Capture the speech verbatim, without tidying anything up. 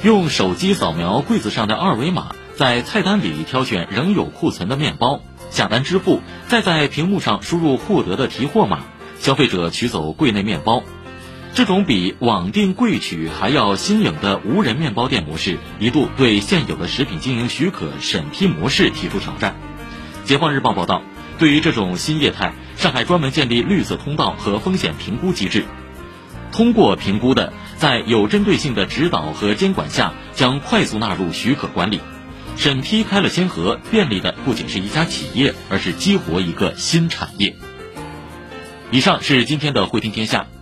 用手机扫描柜子上的二维码，在菜单里挑选仍有库存的面包，下单支付，再在屏幕上输入获得的提货码，消费者取走柜内面包。这种比网订柜取还要新颖的无人面包店模式，一度对现有的食品经营许可审批模式提出挑战。解放日报报道，对于这种新业态，上海专门建立绿色通道和风险评估机制，通过评估的，在有针对性的指导和监管下，将快速纳入许可管理。审批开了先河，便利的不仅是一家企业，而是激活一个新产业。以上是今天的汇听天下。